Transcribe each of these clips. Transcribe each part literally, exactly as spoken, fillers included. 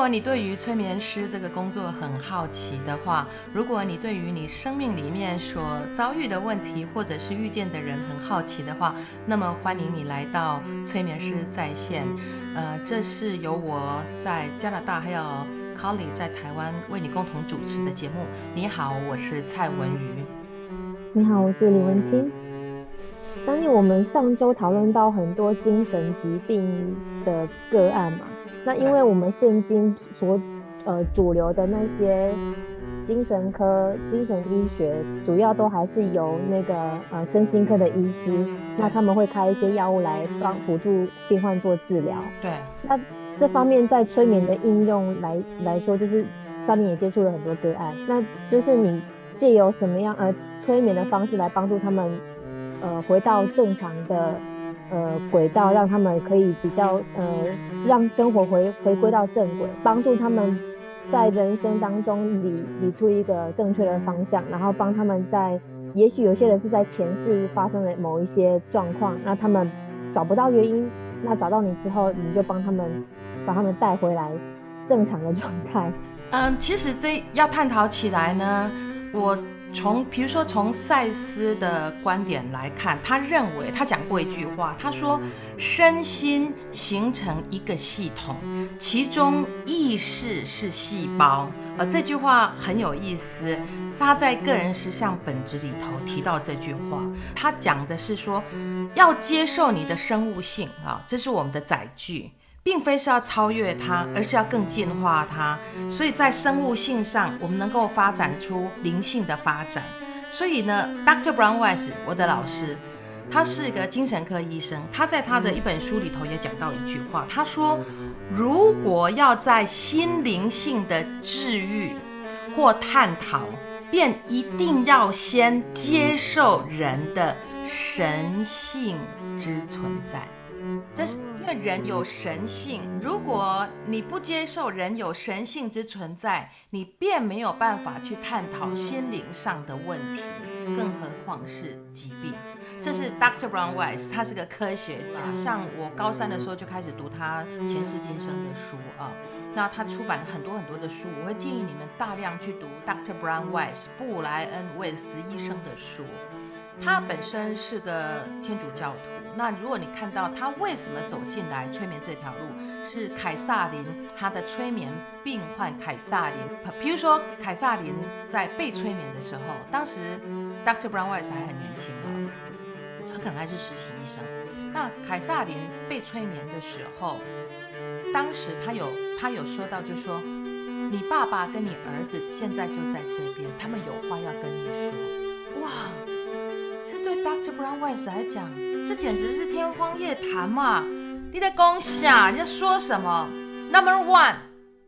果你对于催眠师这个工作很好奇的话，如果你对于你生命里面所遭遇的问题或者是遇见的人很好奇的话，那么欢迎你来到催眠师在线。呃，这是由我在加拿大还有 Colly 在台湾为你共同主持的节目。你好，我是蔡文瑜。 你好，我是李文清。当年我们上周讨论到很多精神疾病的个案嘛，那因为我们现今所呃主流的那些精神科、精神医学，主要都还是由那个呃身心科的医师，那他们会开一些药物来帮辅助病患做治疗。 对， 那这方面在催眠的应用来来说，就是上面也接触了很多个案，那就是你借由什么样呃催眠的方式来帮助他们呃回到正常的呃轨道，让他们可以比较呃让生活回回归到正轨，帮助他们在人生当中理理出一个正确的方向，然后帮他们在也许有些人是在前世发生了某一些状况，那他们找不到原因，那找到你之后，你就帮他们把他们带回来正常的状态。 嗯，其实这要探讨起来呢，我从比如说从赛斯的观点来看，他认为他讲过一句话，他说身心形成一个系统，其中意识是细胞。而这句话很有意思，他在个人实相本质里头提到这句话，他讲的是说要接受你的生物性啊，这是我们的载具。并非是要超越它，而是要更进化它。所以在生物性上，我们能够发展出灵性的发展。所以呢 ，Doctor Brown Weiss 我的老师，他是个精神科医生，他在他的一本书里头也讲到一句话，他说，如果要在心灵性的治愈或探讨，便一定要先接受人的神性之存在。这是因为人有神性，如果你不接受人有神性之存在，你便没有办法去探讨心灵上的问题，更何况是疾病。这是 Doctor Brown Weiss， 他是个科学家。像我高三的时候就开始读他前世今生的书啊，那他出版了很多很多的书，我会建议你们大量去读 Doctor Brown Weiss 布莱恩·魏斯医生的书。他本身是个天主教徒，那如果你看到他为什么走进来催眠这条路，是凯撒琳他的催眠病患凯撒琳，比如说凯撒琳在被催眠的时候，当时 Doctor Brown Weiss 还很年轻哦，他可能还是实习医生。那凯撒琳被催眠的时候，当时他有他有说到，就说你爸爸跟你儿子现在就在这边，他们有话要跟你说。哇！这对 Doctor Brown Weiss 来讲，这简直是天方夜谭嘛！你在讲啥？你在说什么 ？Number one，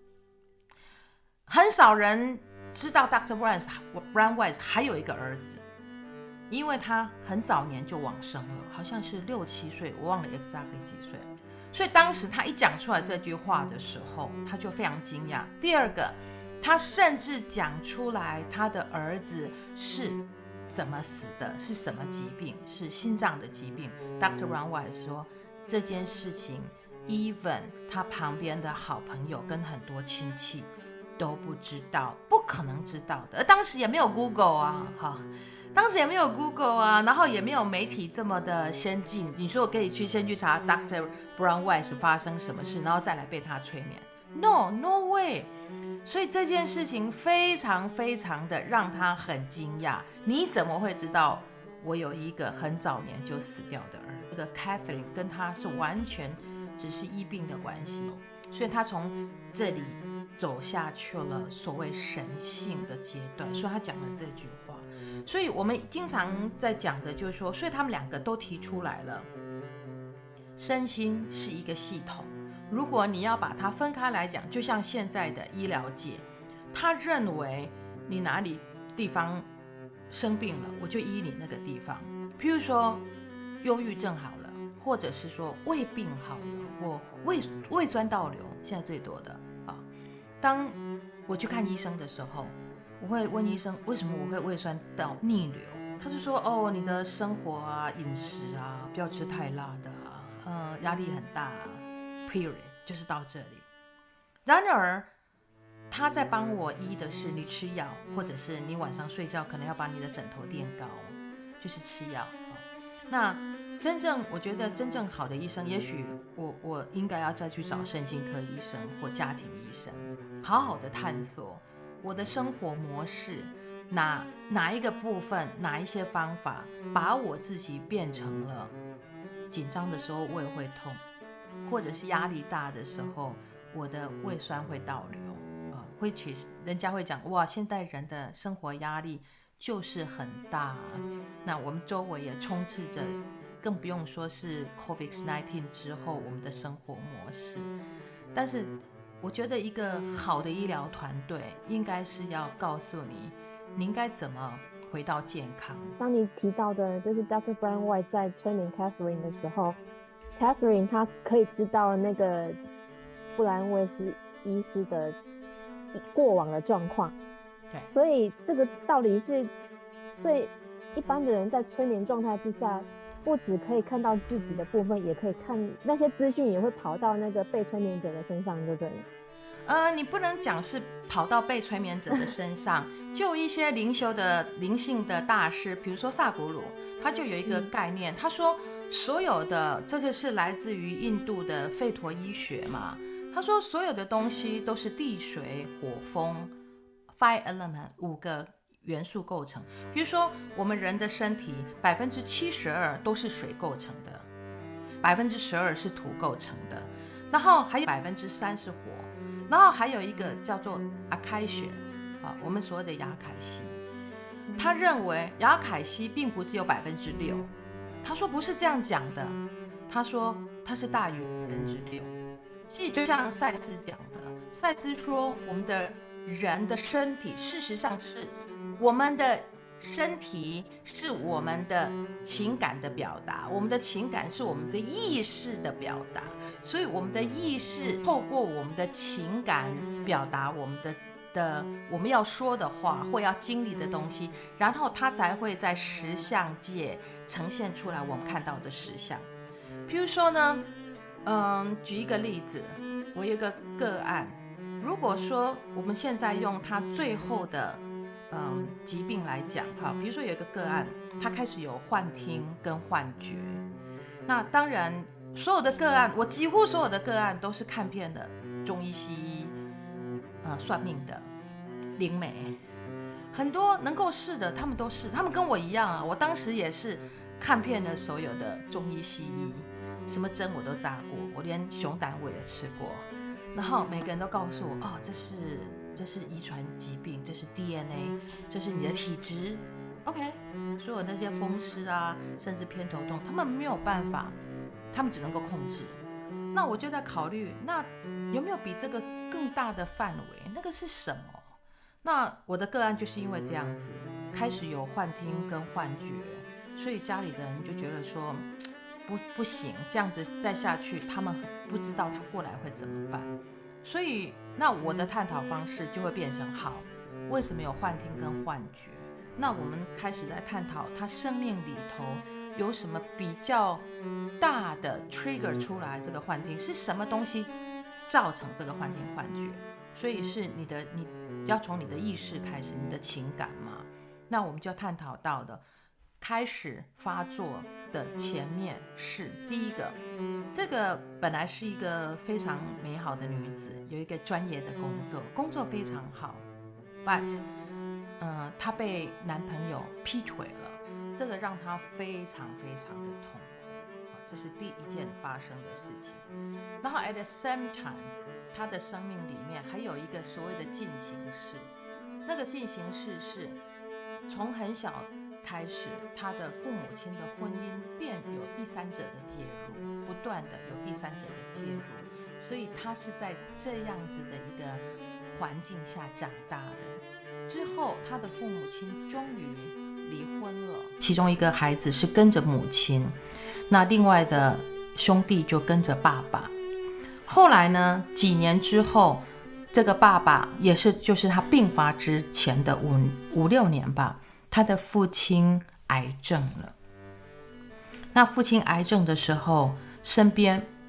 很少人知道 Doctor Brown Weiss 还有一个儿子，因为他很早年就往生了，好像是六七岁，我忘了 exactly 几岁。所以当时他一讲出来这句话的时候，他就非常惊讶。第二个，他甚至讲出来他的儿子是怎么死的，是什么疾病，是心脏的疾病。 Doctor Brown Weiss 说这件事情 even 他旁边的好朋友跟很多亲戚都不知道，不可能知道的。而当时也没有 Google 啊，哈，当时也没有 Google 啊，然后也没有媒体这么的先进。你说我可以去先去查 Doctor Brown Weiss 发生什么事，然后再来被他催眠。 No no way。所以这件事情非常非常的让他很惊讶，你怎么会知道我有一个很早年就死掉的儿子？这个 Catherine 跟他是完全只是医病的关系，所以他从这里走下去了所谓神性的阶段，所以他讲了这句话。所以我们经常在讲的就是说，所以他们两个都提出来了，身心是一个系统。如果你要把它分开来讲，就像现在的医疗界，他认为你哪里地方生病了，我就医你那个地方。譬如说忧郁症好了，或者是说胃病好了，或 胃, 胃酸倒流，现在最多的啊。当我去看医生的时候，我会问医生为什么我会胃酸倒逆流，他就说哦，你的生活啊、饮食啊，不要吃太辣的啊，呃，压力很大啊，period 就是到这里。 然而他在帮我医的是你吃药，或者是你晚上睡觉可能要把你的枕头垫高，就是吃药。那真正我觉得真正好的医生，也许我我应该要再去找身心科医生或家庭医生，好好的探索我的生活模式，哪哪一个部分，哪一些方法，把我自己变成了紧张的时候胃会痛，或者是压力大的时候我的胃酸会倒流，呃，会其实人家会讲哇，现代人的生活压力就是很大，那我们周围也充斥着，更不用说是 COVID 十九 之后我们的生活模式。但是我觉得一个好的医疗团队应该是要告诉你，你应该怎么回到健康。 当你提到的就是 doctor Brian White 在催眠 Catherine 的时候， Catherine 她可以知道那个布莱恩卫斯医师的过往的状况， 对， 所以这个道理是，所以一般的人在催眠状态之下，不只可以看到自己的部分，也可以看那些资讯也会跑到那个被催眠者的身上，对不对？ 呃，你不能讲是跑到被催眠者的身上，就一些灵修的灵性的大师，比如说萨古鲁，他就有一个概念，他说所有的这个是来自于印度的吠陀医学嘛，他说所有的东西都是地水火风 five element 五个元素构成。比如说我们人的身体百分之七十二都是水构成的，百分之十二是土构成的，然后还有百分之三是火，然后还有一个叫做阿开雪啊，我们所谓的雅凯西。他认为雅凯西并不是有百分之六，他说不是这样讲的，他说它是大于百分之六。所以就像赛斯讲的，赛斯说我们的人的身体，事实上是我们的身体是我们的情感的表达，我们的情感是我们的意识的表达，所以我们的意识透过我们的情感表达我们的的我们要说的话或要经历的东西，然后它才会在实相界呈现出来我们看到的实相。譬如说呢，嗯，举一个例子，我有一个个案，如果说我们现在用他最后的嗯疾病来讲哈，比如说有一个个案，他开始有幻听跟幻觉，那当然所有的个案，我几乎所有的个案都是看遍的中医西医，呃，算命的灵媒，很多能够试的他们都试，他们跟我一样啊，我当时也是看遍了所有的中医西医，什么针我都扎过，我连熊胆我也吃过，然后每个人都告诉我，哦，这是这是遗传疾病，这是 D N A， 这是你的体质 ，OK， 所有那些风湿啊，甚至偏头痛，他们没有办法，他们只能够控制。那我就在考虑，那有没有比这个更大的范围？那个是什么？那我的个案就是因为这样子，开始有幻听跟幻觉，所以家里的人就觉得说，不不行，这样子再下去，他们不知道他过来会怎么办。所以，那我的探讨方式就会变成：好，为什么有幻听跟幻觉？那我们开始来探讨他生命里头有什么比较大的 trigger 出来，这个幻听是什么东西造成这个幻听幻觉？所以是你的，你要从你的意识开始，你的情感嘛。那我们就探讨到的，开始发作的前面是第一个，这个本来是一个非常美好的女子，有一个专业的工作，工作非常好 ，but， 呃，她被男朋友劈腿了，这个让她非常非常的痛苦，这是第一件发生的事情。然后 at the same time， 她的生命里面还有一个所谓的进行式，那个进行式是从很小开始，他的父母亲的婚姻便有第三者的介入，不断的有第三者的介入，所以他是在这样子的一个环境下长大的。之后，他的父母亲终于离婚了，其中一个孩子是跟着母亲，那另外的兄弟就跟着爸爸。后来呢，几年之后，这个爸爸也是，就是他病发之前的五五六年吧。他的父亲癌症了，那父亲癌症的时候，身边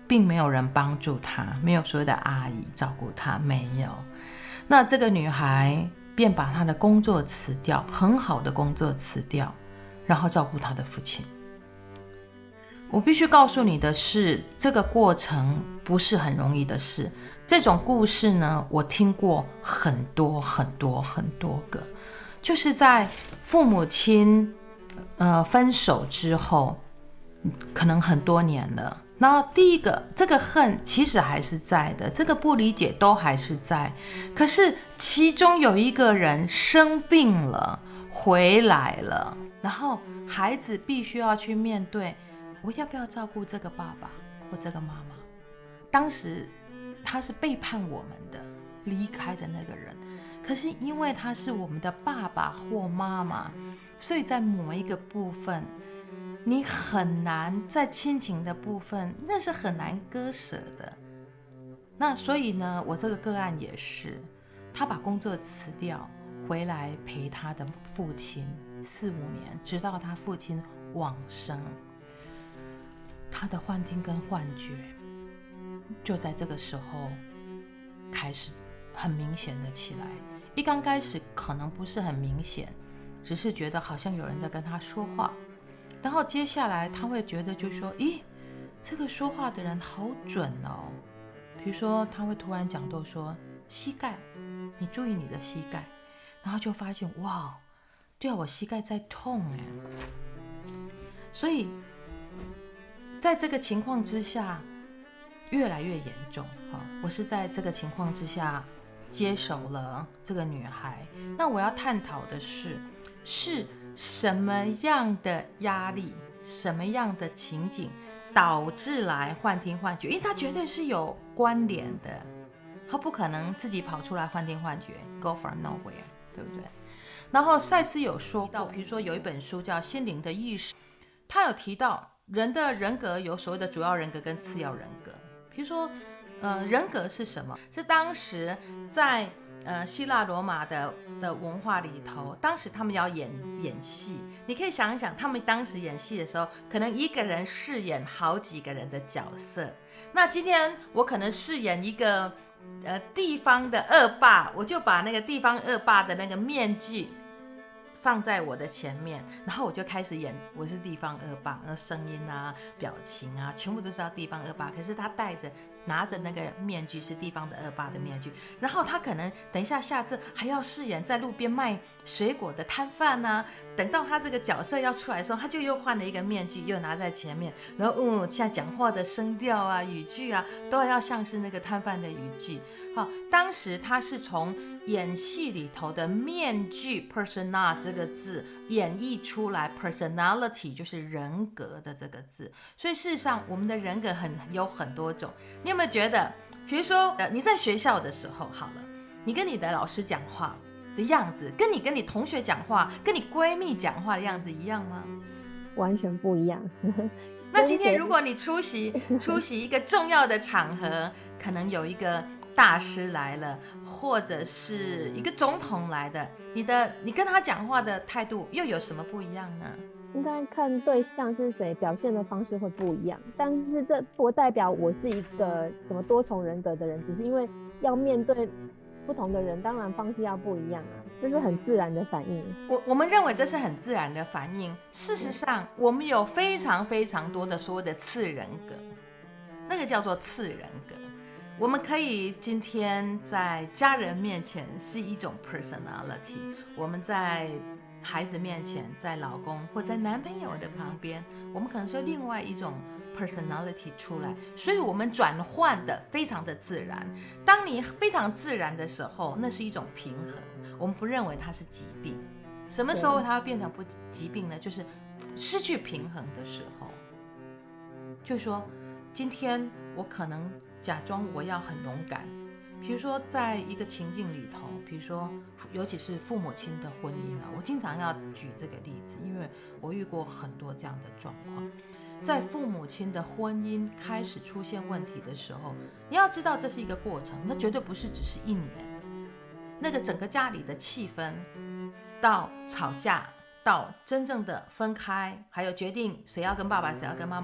并没有人帮助他，没有所谓的阿姨照顾他，没有。那这个女孩便把她的工作辞掉，很好的工作辞掉，然后照顾她的父亲。我必须告诉你的是，这个过程不是很容易的事。这种故事呢，我听过很多很多很多个，就是在父母亲呃分手之后，可能很多年了。然后第一个，这个恨其实还是在的，这个不理解都还是在。可是其中有一个人生病了，回来了，然后孩子必须要去面对，我要不要照顾这个爸爸或这个妈妈？当时他是背叛我们的，离开的那个人。可是因为他是我们的爸爸或妈妈，所以在某一个部分，你很难在亲情的部分，那是很难割舍的。那所以呢，我这个个案也是，他把工作辞掉，回来陪他的父亲四五年，直到他父亲往生。他的幻听跟幻觉就在这个时候开始很明显的起来。一刚开始可能不是很明显，只是觉得好像有人在跟他说话，然后接下来他会觉得就说，咦，这个说话的人好准哦。比如说他会突然讲到说，膝盖，你注意你的膝盖，然后就发现，哇，对啊，我膝盖在痛哎。所以在这个情况之下越来越严重。我是在这个情况之下接手了这个女孩。那我要探讨的是，是什么样的压力，什么样的情景导致来幻听幻觉？因为它绝对是有关联的，他不可能自己跑出来幻听幻觉 go from nowhere， 对不对？然后赛斯有说到，比如说有一本书叫《心灵的意识》，他有提到人的人格有所谓的主要人格跟次要人格。比如说呃，人格是什么？是当时在呃希腊罗马的的文化里头，当时他们要演演戏，你可以想一想，他们当时演戏的时候，可能一个人饰演好几个人的角色。那今天我可能饰演一个呃地方的恶霸，我就把那个地方恶霸的那个面具放在我的前面，然后我就开始演我是地方恶霸，那声音啊、表情啊，全部都是要地方恶霸。可是他戴着拿着那个面具是地方的恶霸的面具，然后他可能等一下下次还要饰演在路边卖水果的摊贩啊。等到他这个角色要出来的时候，他就又换了一个面具，又拿在前面，然后嗯，现在讲话的声调啊、语句啊，都要像是那个摊贩的语句。好，当时他是从演戏里头的面具 persona 这个字演绎出来 personality 就是人格的这个字。所以事实上我们的人格很有很多种。你有没有觉得，比如说呃你在学校的时候，好了，你跟你的老师讲话的样子，跟你跟你同学讲话，跟你闺蜜讲话的样子一样吗？ 完全不一样。 那今天如果你出席出席一个重要的场合，可能有一个大师来了，或者是一个总统来的，你的你跟他讲话的态度又有什么不一样呢？ 应该看对象是谁，表现的方式会不一样。但是这不代表我是一个什么多重人格的人，只是因为要面对不同的人，当然方式要不一样啊，这是很自然的反应。 我我们认为这是很自然的反应。事实上，我们有非常非常多的所谓的次人格，那个叫做次人格。我们可以今天在家人面前是一种 personality， 我们在孩子面前，在老公或在男朋友的旁边，我们可能是另外一种 personality 出来，所以我们转换的非常的自然。当你非常自然的时候，那是一种平衡，我们不认为它是疾病。什么时候它会变成不疾病呢？就是失去平衡的时候。就是说，今天我可能假装我要很勇敢，比如说在一个情境里头，比如说尤其是父母亲的婚姻啊，我经常要举这个例子，因为我遇过很多这样的状况。在父母亲的婚姻开始出现问题的时候，你要知道这是一个过程，那绝对不是只是一年。那个整个家里的气氛，到吵架，到真正的分开，还有决定谁要跟爸爸谁要跟妈妈，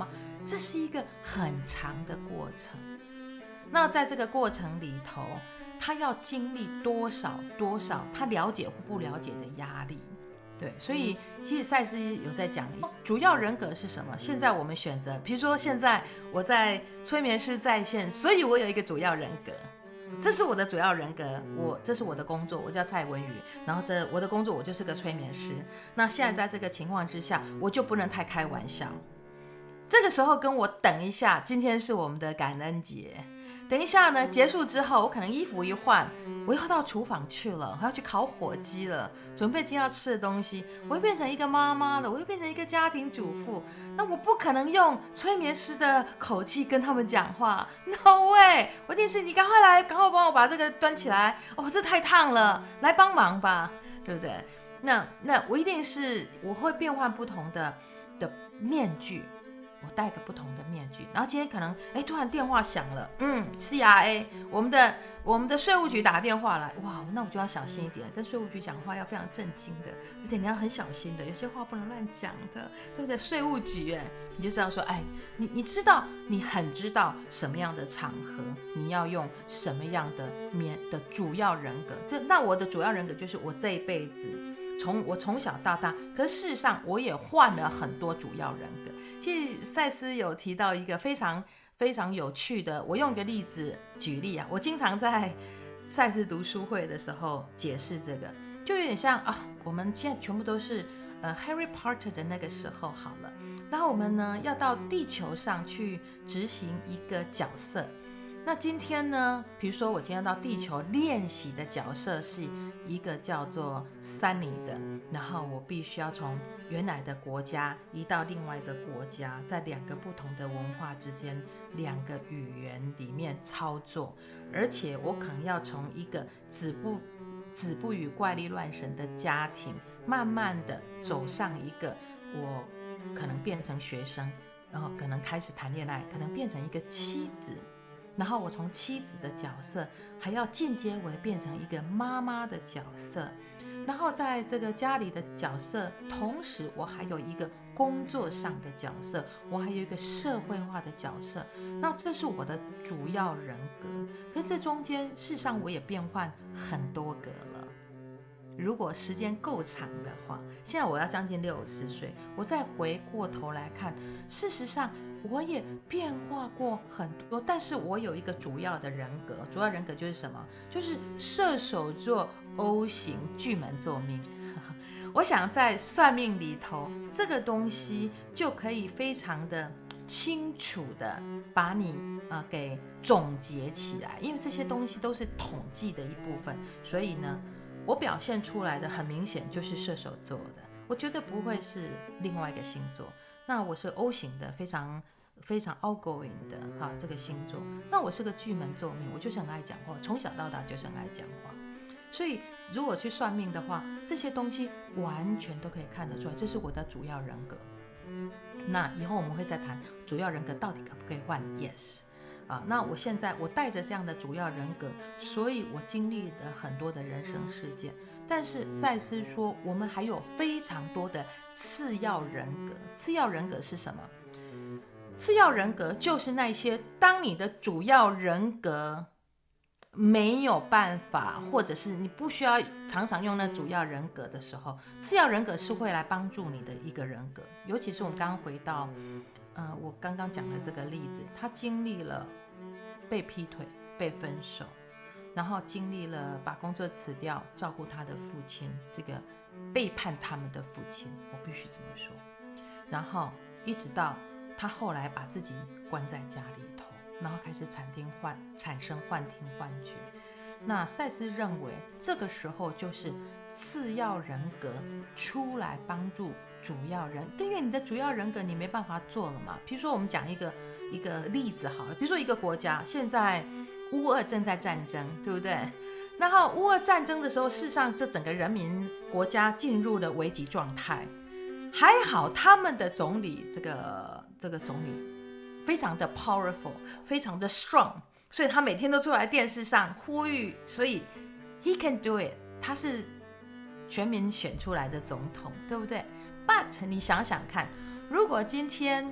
这是一个很长的过程。那在这个过程里头，他要经历多少多少他了解或不了解的压力。对，所以其实赛斯有在讲主要人格是什么。现在我们选择，比如说现在我在催眠师在线，所以我有一个主要人格，这是我的主要人格，我这是我的工作，我叫蔡文宇，然后这我的工作我就是个催眠师。那现在在这个情况之下，我就不能太开玩笑。这个时候跟我等一下，今天是我们的感恩节，等一下呢结束之后，我可能衣服一换，我要到厨房去了，我要去烤火鸡了，准备今天要吃的东西，我会变成一个妈妈了，我会变成一个家庭主妇。那我不可能用催眠师的口气跟他们讲话 ，No way！ 我一定是你赶快来，赶快帮我把这个端起来，哦，这太烫了，来帮忙吧，对不对？那那我一定是我会变换不同的的面具。我戴个不同的面具，然后今天可能哎，突然电话响了，嗯 ，C R A， 我们的我们的税务局打电话来，哇，那我就要小心一点，跟税务局讲话要非常正经的，而且你要很小心的，有些话不能乱讲的，对不对？税务局，哎，你就知道说，哎，你你知道，你很知道什么样的场合，你要用什么样的面的主要人格，这那我的主要人格就是我这一辈子。从我从小到大，可是事实上我也换了很多主要人格。其实赛斯有提到一个非常非常有趣的，我用一个例子举例啊，我经常在赛斯读书会的时候解释这个，就有点像啊，我们现在全部都是呃 Harry Potter 的那个时候好了，然后我们呢要到地球上去执行一个角色。那今天呢，比如说我今天到地球练习的角色是一个叫做 Sunny 的，然后我必须要从原来的国家移到另外一个国家，在两个不同的文化之间，两个语言里面操作，而且我可能要从一个子不子不语怪力乱神的家庭，慢慢的走上一个我可能变成学生，然后可能开始谈恋爱，可能变成一个妻子。然后我从妻子的角色还要进阶为变成一个妈妈的角色，然后在这个家里的角色，同时我还有一个工作上的角色，我还有一个社会化的角色，那这是我的主要人格。可是这中间事实上我也变换很多个了。如果时间够长的话，现在我要将近六十岁，我再回过头来看，事实上我也变化过很多，但是我有一个主要的人格，主要人格就是什么？就是射手座 O 型巨门座命。我想在算命里头，这个东西就可以非常的清楚的把你呃给总结起来，因为这些东西都是统计的一部分，所以呢，我表现出来的很明显就是射手座的，我绝对不会是另外一个星座。那我是 O 型的，非常非常 outgoing 的哈，这个星座。那我是个巨门座命，我就是很爱讲话，从小到大就是很爱讲话。所以如果去算命的话，这些东西完全都可以看得出来，这是我的主要人格。那以后我们会再谈主要人格到底可不可以换 yes 啊，那我现在我带着这样的主要人格，所以我经历了很多的人生事件。但是赛斯说，我们还有非常多的次要人格。次要人格是什么？次要人格就是那些当你的主要人格没有办法，或者是你不需要常常用那主要人格的时候，次要人格是会来帮助你的一个人格。尤其是我们刚刚回到呃，我刚刚讲的这个例子，他经历了被劈腿、被分手，然后经历了把工作辞掉，照顾他的父亲，这个背叛他们的父亲，我必须这么说。然后一直到他后来把自己关在家里头，然后开始产听幻产生幻听幻觉。那赛斯认为这个时候就是次要人格出来帮助主要人，因为你的主要人格你没办法做了嘛。比如说我们讲一个一个例子好了，比如说一个国家现在乌俄正在战争，对不对？然后乌俄战争的时候，事实上这整个人民国家进入了危急状态。还好他们的总理这个这个总理非常的 powerful， 非常的 strong， 所以他每天都出来电视上呼吁，所以 he can do it， 他是全民选出来的总统，对不对？ But 你想想看，如果今天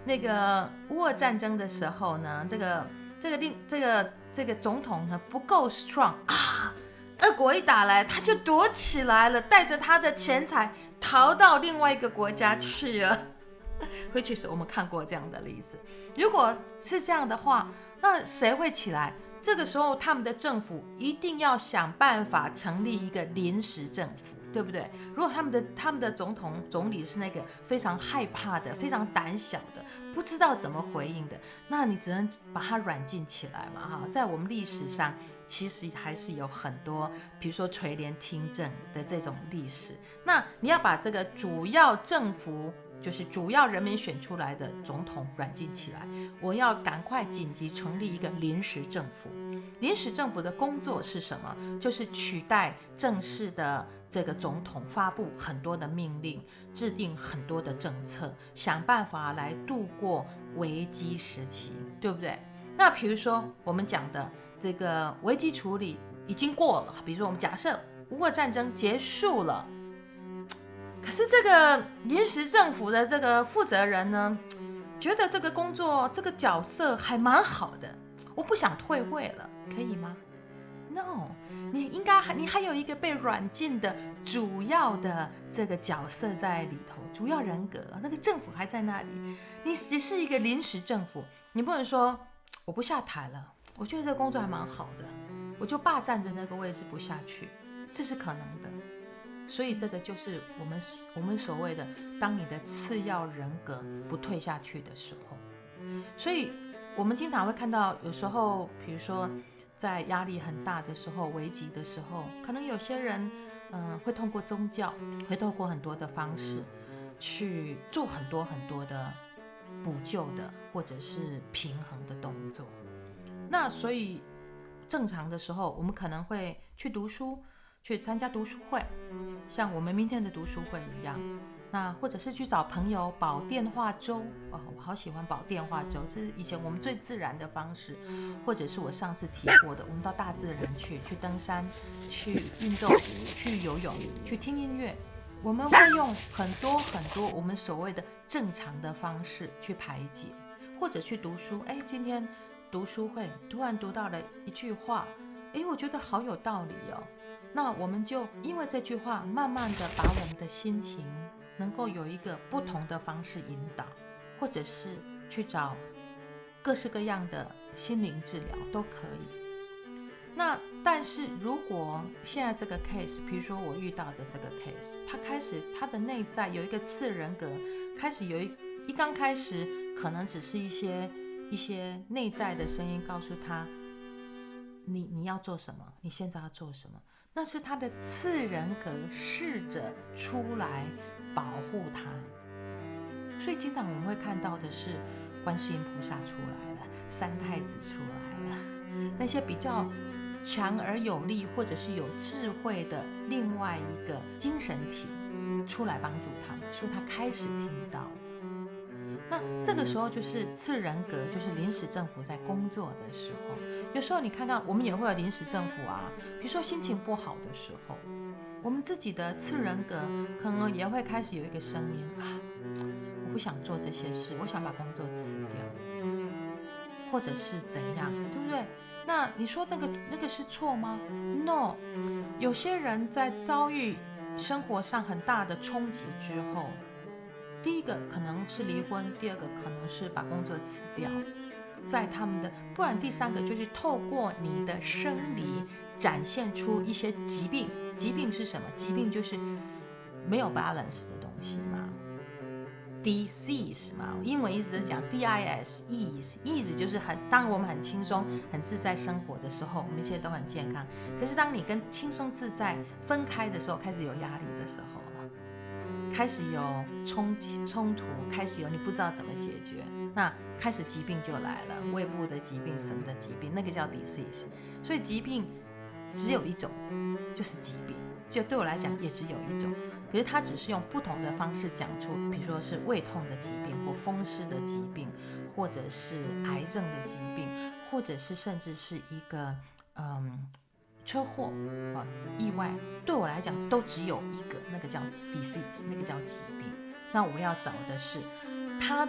那个乌俄战争的时候呢，这个这个另这个这个总统呢不够 strong 啊，俄国一打来，他就躲起来了，带着他的钱财逃到另外一个国家去了。会去是我们看过这样的例子。如果是这样的话，那谁会起来？这个时候他们的政府一定要想办法成立一个临时政府，对不对？如果他们的他们的总统总理是那个非常害怕的、非常胆小的，不知道怎么回应的，那你只能把他软禁起来嘛。哈，在我们历史上其实还是有很多，比如说垂帘听政的这种历史。那你要把这个主要政府，就是主要人民选出来的总统软禁起来，我要赶快紧急成立一个临时政府。临时政府的工作是什么？就是取代正式的这个总统，发布很多的命令，制定很多的政策，想办法来度过危机时期，对不对？那比如说我们讲的这个危机处理已经过了，比如说我们假设乌俄战争结束了，可是这个临时政府的这个负责人呢，觉得这个工作这个角色还蛮好的，我不想退位了，可以吗？ No， 你应该还你还有一个被软禁的主要的这个角色在里头，主要人格，那个政府还在那里，你只是一个临时政府，你不能说我不下台了，我觉得这个工作还蛮好的，我就霸占着那个位置不下去，这是可能的。所以这个就是我们我们所谓的，当你的次要人格不退下去的时候。所以我们经常会看到，有时候比如说在压力很大的时候、危急的时候，可能有些人呃会通过宗教，会透过很多的方式去做很多很多的补救的或者是平衡的动作。那所以正常的时候，我们可能会去读书，去参加读书会，像我们明天的读书会一样。那或者是去找朋友保电话粥，哦，我好喜欢保电话粥，这是以前我们最自然的方式。或者是我上次提过的，我们到大自然去，去登山，去运动，去游泳，去听音乐。我们会用很多很多我们所谓的正常的方式去排解，或者去读书。哎，今天读书会突然读到了一句话，哎，我觉得好有道理哦。那我们就因为这句话，慢慢的把我们的心情能够有一个不同的方式引导，或者是去找各式各样的心灵治疗都可以。那但是如果现在这个 case， 比如说我遇到的这个 case， 他开始他的内在有一个次人格，开始有一一刚开始可能只是一些一些内在的声音告诉他，你你要做什么，你现在要做什么，那是他的次人格试着出来保护他。所以经常我们会看到的是观世音菩萨出来了，三太子出来了，那些比较强而有力或者是有智慧的另外一个精神体出来帮助他们，所以他开始听到了。那这个时候就是次人格，就是临时政府在工作的时候。有时候你看看，我们也会有临时政府啊，比如说心情不好的时候，我们自己的次人格可能也会开始有一个声音啊，我不想做这些事，我想把工作辞掉，或者是怎样，对不对？那你说那个那个是错吗？ No， 有些人在遭遇生活上很大的冲击之后，第一个可能是离婚，第二个可能是把工作辞掉，在他们的，不然第三个就是透过你的生理展现出一些疾病。疾病是什么？疾病就是没有 balance 的东西嘛。disease 嘛，英文一直在讲 D I S ease ease 就是很，当我们很轻松、很自在生活的时候，我们一切都很健康。可是当你跟轻松自在分开的时候，开始有压力的时候了，开始有冲冲突，开始有你不知道怎么解决，那开始疾病就来了，胃部的疾病、什么的疾病，那个叫 disease。所以疾病只有一种，就是疾病，就对我来讲也只有一种。可是他只是用不同的方式讲出，比如说是胃痛的疾病，或风湿的疾病，或者是癌症的疾病，或者是甚至是一个嗯车祸啊意外，对我来讲都只有一个，那个叫 disease， 那个叫疾病。那我要找的是他的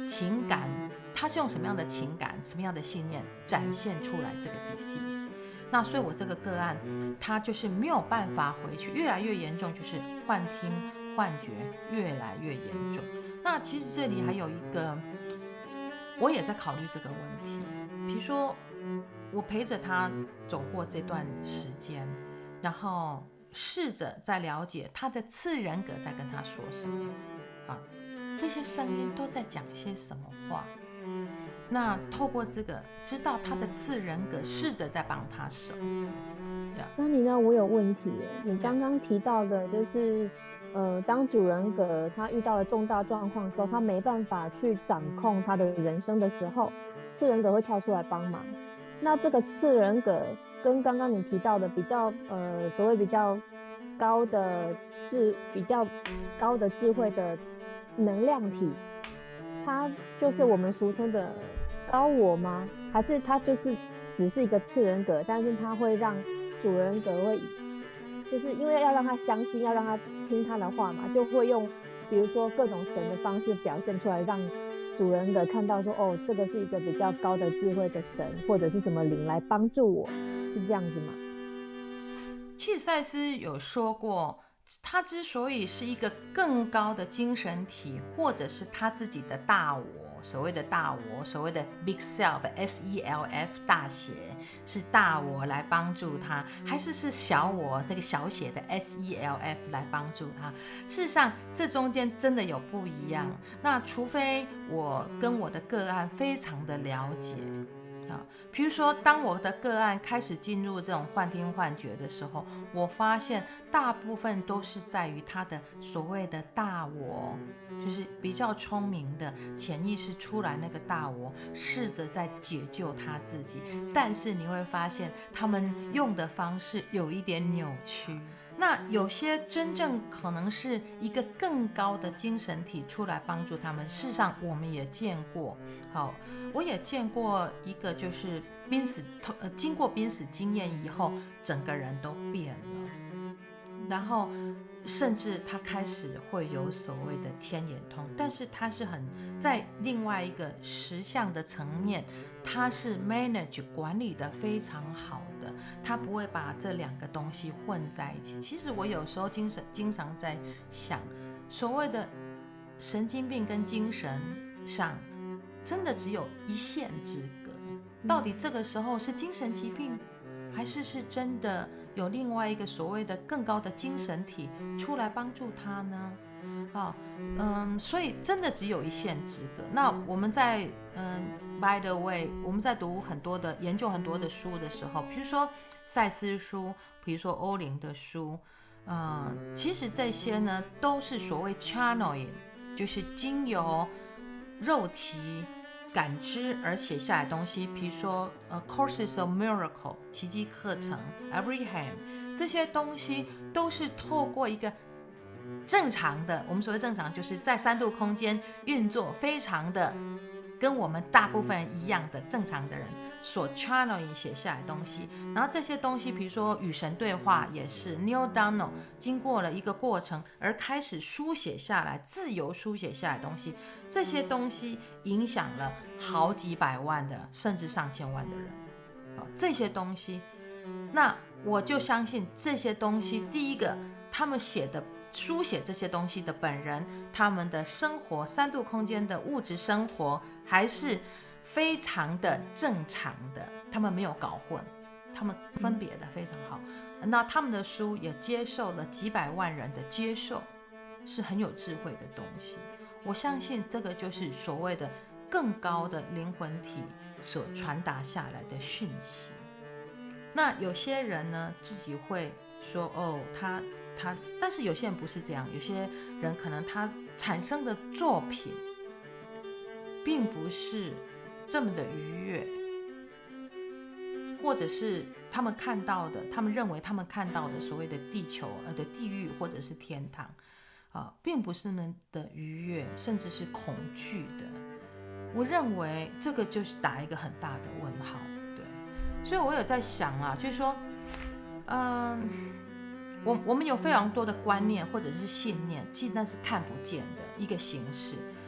情感，他是用什么样的情感、什么样的信念展现出来这个 disease。那所以我这个个案，他就是没有办法回去，越来越严重，就是幻听、幻觉越来越严重。那其实这里还有一个，我也在考虑这个问题。比如说，我陪着他走过这段时间，然后试着在了解他的次人格在跟他说什么啊，这些声音都在讲些什么话。那透过这个知道他的次人格，试着在帮他守字。 那你呢？我有问题耶。你刚刚提到的就是，呃，当主人格他遇到了重大状况的时候，他没办法去掌控他的人生的时候，次人格会跳出来帮忙。那这个次人格跟刚刚你提到的比较，呃，所谓比较高的智、比较高的智慧的能量体，它就是我们俗称的高我吗？还是它就是只是一个次人格，但是它会让主人格会，就是因为要让他相信，要让他听他的话嘛，就会用比如说各种神的方式表现出来，让主人格看到说，哦，这个是一个比较高的智慧的神或者是什么灵来帮助我，是这样子吗？ 其实赛斯有说过，他之所以是一个更高的精神体，或者是他自己的大我，所谓的大我，所谓的 big self S E L F 大写是大我来帮助他，还是是小我那个小写的 S E L F 来帮助他？事实上，这中间真的有不一样。那除非我跟我的个案非常的了解。啊，比如说，当我的个案开始进入这种幻听幻觉的时候，我发现大部分都是在于他的所谓的大我，就是比较聪明的潜意识出来那个大我，试着在解救他自己，但是你会发现他们用的方式有一点扭曲。那有些真正可能是一个更高的精神体出来帮助他们，事实上我们也见过。好，我也见过一个就是濒死，呃，经过濒死经验以后，整个人都变了，然后甚至他开始会有所谓的天眼通，但是他是很在另外一个实相的层面，他是 manage 管理的非常好的，他不会把这两个东西混在一起。其实我有时候精神经常在想，所谓的神经病跟精神上真的只有一线之隔，到底这个时候是精神疾病，还是是真的有另外一个所谓的更高的精神体出来帮助他呢？啊，嗯，所以真的只有一线之隔。那我们在嗯 ，by the way， 我们在读很多的研究很多的书的时候，比如说赛斯书，比如说欧林的书，呃，其实这些呢都是所谓 channeling， 就是经由肉体感知而写下来的东西，比如说呃 Courses of Miracle 奇迹课程 Abraham 这些东西都是透过一个正常的，我们所谓正常就是在三度空间运作非常的跟我们大部分人一样的正常的人所 channeling 写下来的东西。然后这些东西比如说与神对话也是 Neil Donald 经过了一个过程而开始书写下来，自由书写下来的东西，这些东西影响了好几百万的甚至上千万的人。这些东西，那我就相信这些东西，第一个他们写的书写这些东西的本人，他们的生活三度空间的物质生活还是非常的正常的，他们没有搞混，他们分别的非常好。那他们的书也接受了几百万人的接受，是很有智慧的东西。我相信这个就是所谓的更高的灵魂体所传达下来的讯息。那有些人呢自己会说哦他他，但是有些人不是这样，有些人可能他产生的作品并不是这么的愉悦，或者是他们看到的，他们认为他们看到的所谓的地球呃的地狱或者是天堂啊，并不是那么的愉悦，甚至是恐惧的。我认为这个就是打一个很大的问号，对。所以我有在想啊，就是说，嗯，我我们有非常多的观念或者是信念，其实那是看不见的一个形式。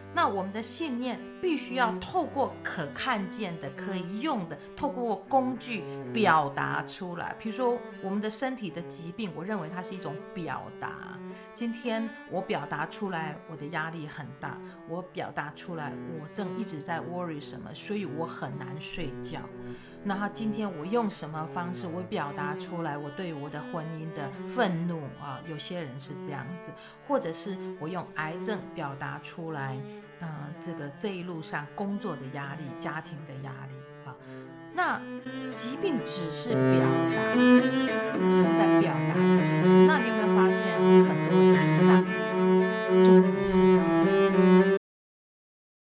那我们的信念必须要透过可看见的、可以用的，透过工具表达出来。比如说我们的身体的疾病，我认为它是一种表达。今天我表达出来我的压力很大，我表达出来我正一直在 worry 什么，所以我很难睡觉。那今天我用什么方式我表达出来我对我的婚姻的愤怒啊？有些人是这样子，或者是我用癌症表达出来，呃，这个这一路上工作的压力、家庭的压力啊。那疾病只是表达，只是在表达